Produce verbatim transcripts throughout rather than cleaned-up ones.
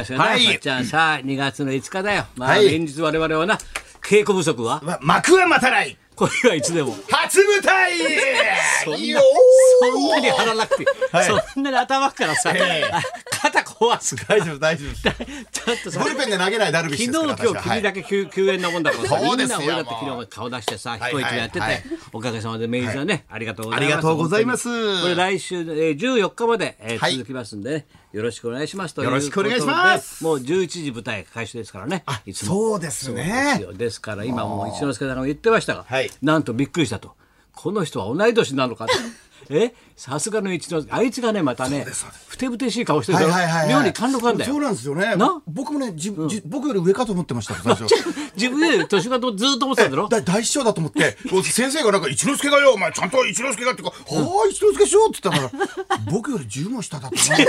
はい、じゃあさあにがつのいつかだよ。まあ、はい、連日我々はな稽古不足は幕は待たない。 これはいつでも初舞台そんなそんなに張らなくて、はい、そんなに頭からさ、えー、肩壊す大丈夫大丈夫ちょっとさブルペンで投げないダルビッシュですから昨日今日君だけ救、はい、救援なもんだからさそうですよみんな俺だって昨日顔出してさ彦一がやってて、はいはいはい、おかげさまで明治はね、はい、ありがとうございます。 ありがとうございます。 これ来週、えー、じゅうよっかまで、えーはい、続きますんでねよろしくお願いしますということで。 よろしくお願いします。 もうじゅういちじ舞台開始ですからね。 あ、いつもそうですね。 ですよ。ですから今もう一之輔さんが言ってましたが、 はい、 なんとびっくりしたと。この人は同い年なのかと。えさすがの一之輔あいつがねまたねふてぶてしい顔してるから、はいはいはいはい、妙に貫禄あんだよ。 そうなんですよね。 な僕もねじ、うん、じ僕より上かと思ってました最初自分より年がとずっと思ってたんだろ。 だ大師匠だと思って先生がなんか一之輔がよお前ちゃんと一之輔がってか、うん、はあ一之輔師匠って言ったから僕よりじゅうも下だったな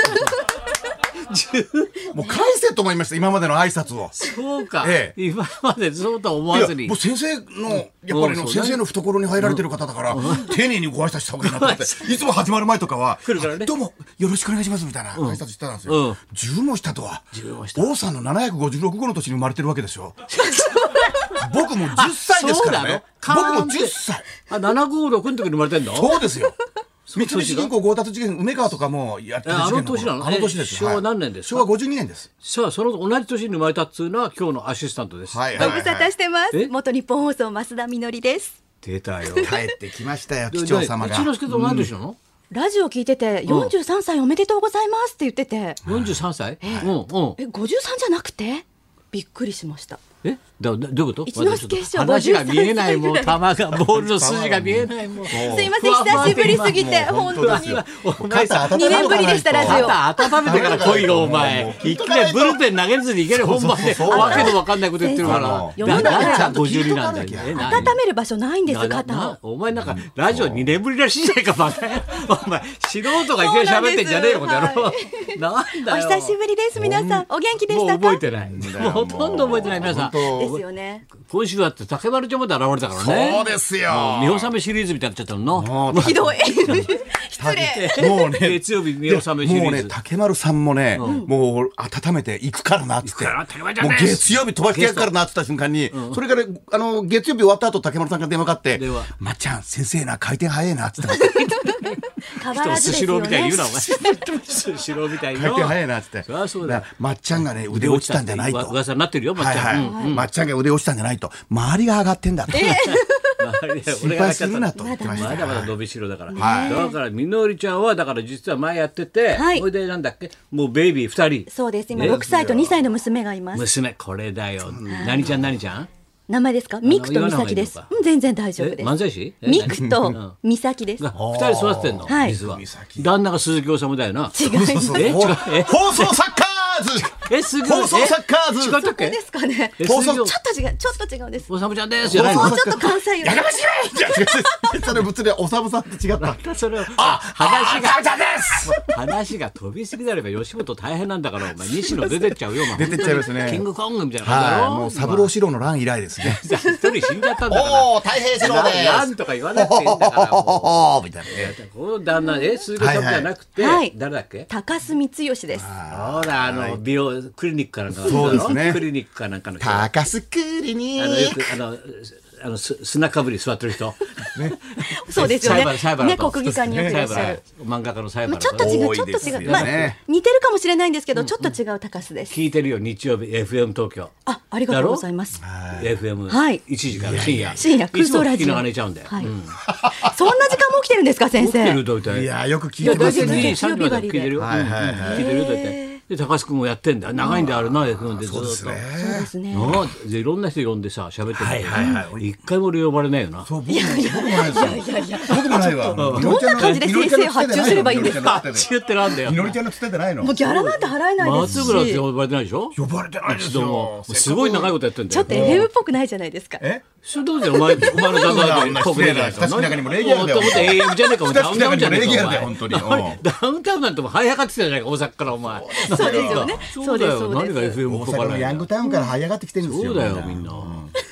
もう返せと思いました今までの挨拶を。 そうか、ええ、今までそうとは思わずにもう先生のやっぱりの先生の懐に入られてる方だから、うん、丁寧にご挨拶した方がいいなと思っていつも始まる前とかは来るから、ね、どうもよろしくお願いしますみたいな挨拶してたんですよ、うん、じゅうも下とは王さんのななひゃくごじゅうろくごの年に生まれてるわけですよ僕もじゅっさいですからね。僕もじゅっさい。 あななごろくの時に生まれてんの。 そうですよ三菱銀行強奪事件梅川とかもやってる事件のあの年なの。 あの年です。 昭和何年ですか。 昭和ごじゅうにねんです。 さあその同じ年に生まれたっつうのは今日のアシスタントです。 はいはいはい、ご無沙汰してます。元日本放送増田みのりです。 出たよ帰ってきましたよ機長様が。 一之輔と同い年なの、うんラジオ聞いててよんじゅうさんさいおめでとうございますって言ってて、 よんじゅうさんさい、 えー、うんうん、えごじゅうさんじゃなくてびっくりしました。 えだどういうこと？ 一之輔師匠話が見えないもん球がボールの筋が見えないもんすいません久しぶりすぎて本当にお前さにねんぶりでしたラジオ肩温めてから来いよお前いきなりブルペン投げずにいける本番でわけのわかんないこと言ってるから誰がごじゅうになんだよ。 温める場所ないんです肩を。 お前なんかラジオにねんぶりらしいじゃないかバカお前素人がいきなり喋ってんじゃねえよこの野郎なんだよ。 お久しぶりです皆さんお元気でしたか。 もう覚えてないもうほとんど覚えてない皆さんですよね。 今週だって竹丸町まで現れたからね。 そうですよ。 見納めシリーズみたいになっちゃったのな。ひどい失礼。 もうね月曜日見納めシリーズ。 もうね竹丸さんもね、うん、もう温めていくからなっつってもう月曜日飛ばしてやるからなっつった瞬間に、うん、それからあの月曜日終わった後竹丸さんが電話かかってまっちゃん先生な回転早いなっつって変わらずですよね。 スシローみたいに言うなお前スシローみたいに回転早いなっつってそうだまっちゃんがね腕落ちたんじゃないと噂になってるよまっちゃん、 はいはい、まっちゃんが腕落ちたんじゃないと周りが上がってんだと、えー、心配するなと言ってました。 まだまだ伸びしろだから、はい、だからみのりちゃんはだから実は前やってて、はい、それでなんだっけもうベイビーふたり。 そうです今ろくさいとにさいの娘がいます。 娘これだよ、うん、何ちゃん何ちゃん名前ですか。ミクとミサキです。うん、全然大丈夫です。 漫才師ミクとミサキです。 二人育ててんの、はい、実は旦那が鈴木おさむだよな。 違います。 え違うえ放送サッカーえす放送サッカーズ違ったっけですかね。放送ちょっと違うちょっと違うんです。 おさむちゃんですじゃないの。 もうちょっと関西よりやかましいそれ物理おさむさんと違った。 それあ話があです話が飛びすぎだれば吉本大変なんだからお前西野出てっちゃうよ。 出てっちゃいますね。 キングコングみたいな感じだろ。 もう三郎四郎の乱以来ですね。 一人死んじゃったんだから。 おお太平四郎です。 なんとか言わなくていいんだからおおみたいな。 この旦那え鈴木さんじゃなくて誰だっけ。 高須光義です。 ほらあの美容クリニックかなんかそうですね。 クリニックかなんかの人。 高須クリニック。 あのよくあのあの砂かぶり座ってる人。 そうですよね。ね国技館によくいらっしゃる漫画家の裁判。 ちょっと違うちょっと違う。まあ似てるかもしれないんですけどちょっと違う高須です。 聞いてるよ日曜日 エフエム 東京。 あありがとうございます。 エフエム いちじから深夜深夜空想ラジオ。 いつも聞きながら寝ちゃうんだよ。 そんな時間も起きてるんですか先生。 いやよく聞いてますね。 さんじまで聞いてるよ。聞いてるよだって。で高須君もやってんだ長いんであるな エフエム でずっと。 そうですね。 でいろんな人呼んでさ喋ってるけど一回も俺呼ばれないよな。 いやいやいやいや僕もないわ。 どんな感じで先生発注すればいいんですか。 発注ってなんだよ。 みのりちゃんのつっててないの。 もうギャラなんて払えないですし。 松村って呼ばれてないでしょ。 呼ばれてないですよ。 すごい長いことやってんだよ。 ちょっと エフエム っぽくないじゃないですか。 えそれどうじゃお前お前の旦那で国内だよ。 確かにも礼儀あるんだよ。 エーエム じゃねえかもダウンタウンじゃねえかお前。 本当に。 ダウンタウンなんても這い上がってきたじゃないか大阪からお前。 そうですよね。 そうだよ。何が エフエム っぽくない。 ヤングタウンから這い上がってきてるんですよ。 そうだよみんな。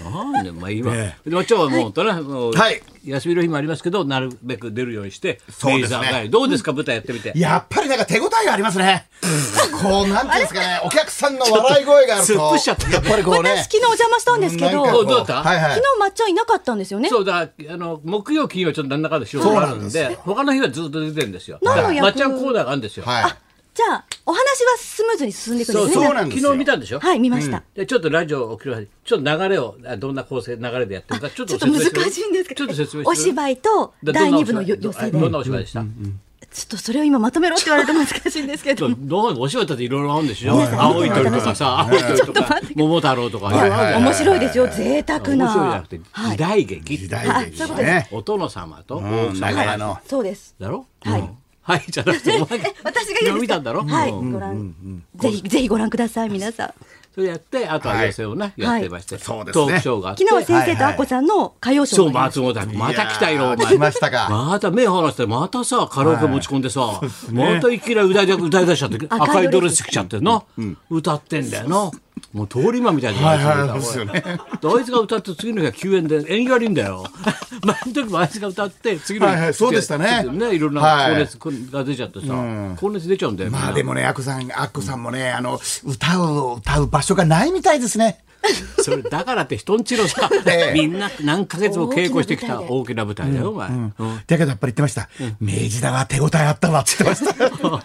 なんでまあ今、ね、まっちゃんはもうとね、はい、休みの日もありますけどなるべく出るようにしてそうですね。 どうですか舞台やってみて。 やっぱりなんか手応えがありますね。こうなんていうんですかね、お客さんの笑い声があるとやっぱりこうね。 私昨日お邪魔したんですけど、 どうだった？ はいはい、昨日まっちゃんいなかったんですよね。 そうだ、あの木曜金曜ちょっと何らかの仕事があるんで、他の日はずっと出てるんですよ。まっちゃんコーナーがあるんですよ。 はい、あ、じゃあお話はスムーズに進んでいくんですね。 そうそうなんですよ。昨日見たんでしょ。 はい、見ました。 でちょっとラジオをちょっと流れをどんな構成流れでやってるかちょっと難しいんですけど、ちょっと説明してお芝居とだいに部の予定でどんなお芝居でした？ ちょっとそれを今まとめろって言われて難しいんですけど、 どうお芝居だっていろいろあるんでしょ。青い鳥とかさ、青い鳥とか桃太郎とか。 面白いですよ、贅沢な。 面白いじゃなくて時代劇。 時代劇ね。 お殿様と大阪の。 そうです。 だろ。 はい。 はいじゃなくて、 私が言う見たんだろ。 はい、ご覧ぜひぜひご覧ください皆さん。 それやってあとは寄席をねやってまして、 そうですね。 トークショーがあって、 昨日は先生とアッコさんの歌謡ショー。 そう松本君また来たよお前。 来ましたか。 また目離してまたさカラオケ持ち込んでさ、またいきなり歌い歌い出しちゃって赤いドレス着ちゃってな歌ってんだよな。もう通り魔みたいな。 はいはいですよね。 あいつが歌って次の日は休演で縁起悪いんだよ。前の時もあいつが歌って次の日そうでしたね。 ねいろんな高熱が出ちゃってさ、高熱出ちゃうんだよ。 まあでもねアッコさんアッコさんもねあの歌を歌う場所がないみたいですね。 それだからって人んちのさ、みんな何ヶ月も稽古してきた大きな舞台だよお前。 だけどやっぱり言ってました。明治だわ手応えあったわって言ってました。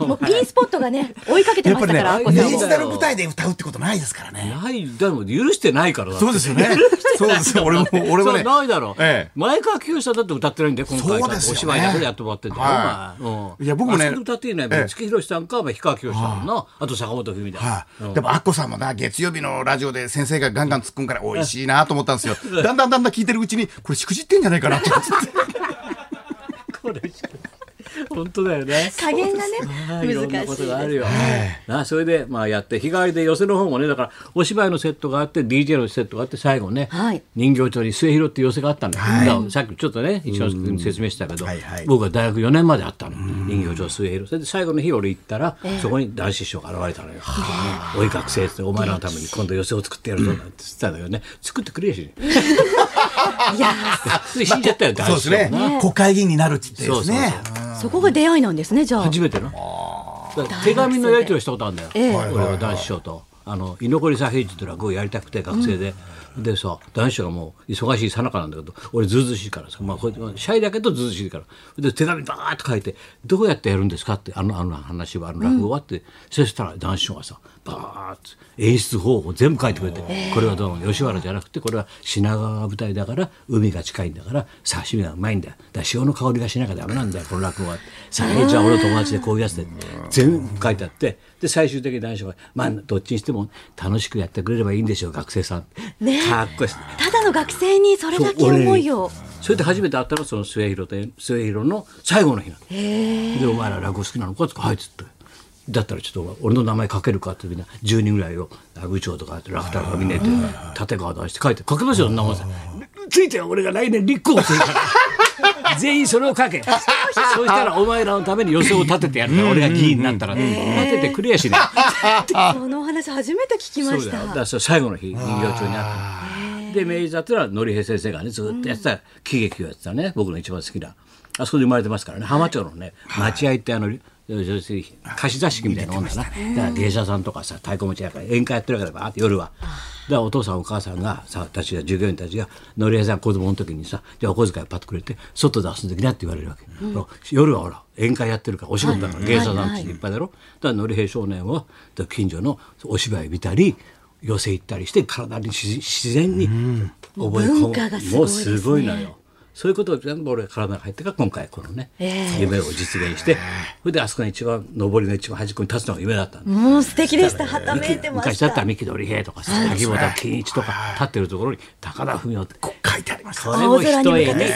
もうピンスポットがね追いかけてましたから明治座の舞台で歌うってことないですからね。 ないでも許してないからだ。 そうですよね。そうですよ。俺も俺もねないだろう。前川清さんだって歌ってないんで今回お芝居だけでやってもらってんだよ。いや僕もね歌っていない五木ひろしさんか氷川きよしさんのあと坂本冬美だ。 でもアッコさんもな月曜日のラジオで先生がガンガン突っ込むから美味しいなと思ったんですよ。だんだんだんだん聞いてるうちにこれしくじってんじゃないかなと思って。 これ本当だよね。 加減がね難しい。 いろんなことがあるよ。なそれでまあやって日替わりで寄席の方もねだからお芝居のセットがあって ディージェー のセットがあって最後ね人形町に末広って寄席があったんだよ。さっきちょっとね一之輔君に説明したけど僕は大学よねんまであったの人形町末広。それで最後の日俺行ったらそこに男子師匠が現れたのよ。おい学生ってお前らのために今度寄席を作ってやるぞなんて言ってたんだよね。作ってくれやし。いや死んじゃったよ男子師匠。 国会議員になるって言ってですね。 そこが出会いなんですね。じゃあ初めての手紙のやり取りしたことあるんだよ、ええ、俺は男子師匠とあの居残り左平次と落語をやりたくて学生で、うん、でさ男子師匠がもう忙しいさなかなんだけど俺ずうずうしいからさ、まあ、これシャイだけどずうずうしいからで手紙バーッと書いてどうやってやるんですかってあのあの話はあの落語はって、うん、そしたら男子師匠がさバーッと演出方法全部書いてくれて、えー、これはどうも吉原じゃなくてこれは品川が舞台だから海が近いんだから刺身がうまいんだよだから潮の香りがしなきゃダメなんだよこの落語はさあじゃあ俺の友達でこういうやつで全部書いてあってで最終的に男子師匠がまあどっちにしても楽しくやってくれればいいんでしょう学生さん、ね、かっこいいただの学生にそれだけ思いをそれで初めて会ったのその末広と末広の最後の日なのでお前ら落語好きなのかってはいっつってだったらちょっと俺の名前書けるかってみんなじゅうにんぐらいを部長とか楽太郎がみんなやって立川出して書いて書けますよそんなもんさついては俺が来年立候補するから全員それを書けそうしたらお前らのために予想を立ててやるから俺が議員になったら立ててくれやしねそのお話初めて聞きました。そうだよだからそれ最後の日人形町にあったで明治座ってのは典平先生がねずっとやってた喜劇をやってたね僕の一番好きなあそこで生まれてますからね浜町のね待合ってあの要するに貸し座敷みたいなもんだな、だから芸者さんとかさ太鼓持ちやから宴会やってるからバーって夜はだからお父さんお母さんがさたちが従業員たちがのりえさん子供の時にさじゃあお小遣いパッとくれて外で遊んできなって言われるわけ、うん、夜はほら宴会やってるからお仕事だから、はい、芸者さんたちいっぱいだろ、はいはい、だからのり平少年は近所のお芝居見たり寄席行ったりして体に自然に覚え込むもうすごいのよ。そういうことを全部俺体が入ってから今回このね、えー、夢を実現してそれであそこに一番上りの一番端っこに立つのが夢だったんでもう素敵でした。はためいてました。 昔だったら三木鳥平とかさ萩本欽一とか立ってるところに高田文夫って書いてありました。 これも一重ね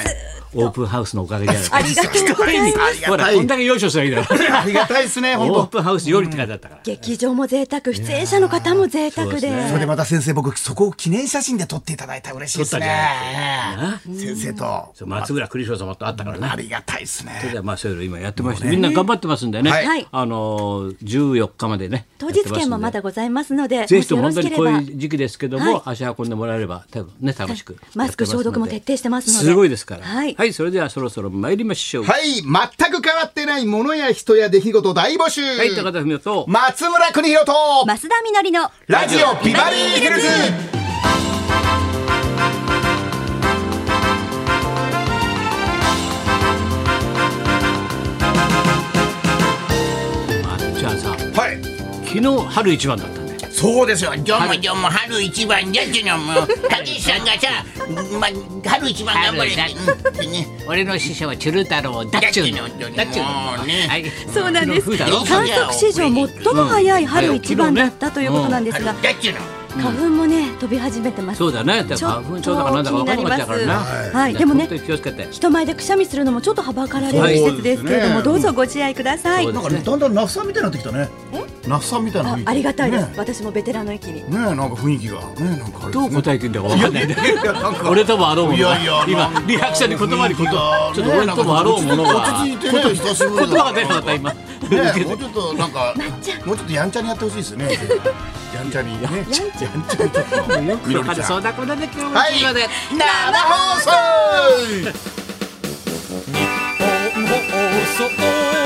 オープンハウスのおかげじゃないありがとうございます。 ほらこんだけよいしょするんだありがたいですね、本当。 オープンハウスよりって書いてあったから。 劇場も贅沢、出演者の方も贅沢で。 それでまた先生、僕そこを記念写真で撮っていただいたら嬉しいですね。先生と松村邦洋様と会ったからね。 ありがたいですね。 それではまあそういうの今やってまして、みんな頑張ってますんでね。あのじゅうよっかまでね。 当日券もまだございますので、 ぜひとも本当にこういう時期ですけども足運んでもらえれば多分ね楽しく。 マスク消毒も徹底してますので。 すごいですから。 はい。 はい、それではそろそろ参りましょう。 はい、全く変わってないものや人や出来事大募集。 はい、高田文夫と松村邦洋と増田みのりのラジオビバリーヒルズ。 じゃあさ、 はい、 昨日春一番だったね。 そうですよ。 どうもどうも春一番じゃっちゅうのもたけしさんがさ、ま、春一番頑張れってね。 俺の師匠はチュル太郎だっちゅうのだっちゅうのね。 そうなんです。観測史上最も早い春一番だったということなんですが、花粉もね飛び始めてます。 そうだね。花粉症だかなんだか分からなかったからな。 はい。でもね、 気をつけて。 人前でくしゃみするのもちょっとはばかられる季節ですけれども、どうぞご自愛ください。 なんかね、だんだんナフさんみたいになってきたね。ナフさんみたいな雰囲気。 ありがたいです。私もベテランの域に。 ね、なんか雰囲気がね、なんかどう答えてんだか分かんないんだけど。俺ともあろうものが今リアクションに言葉にことちょっと俺ともあろうものが落ち着いてね、久しぶり言葉が出なかった今。 ね、もうちょっとなんかもうちょっとやんちゃにやってほしいですね。やんちゃにね。やんちゃにちょっと。 よくわかるそうだこれで今日もはい。 まで生放送。 日本放送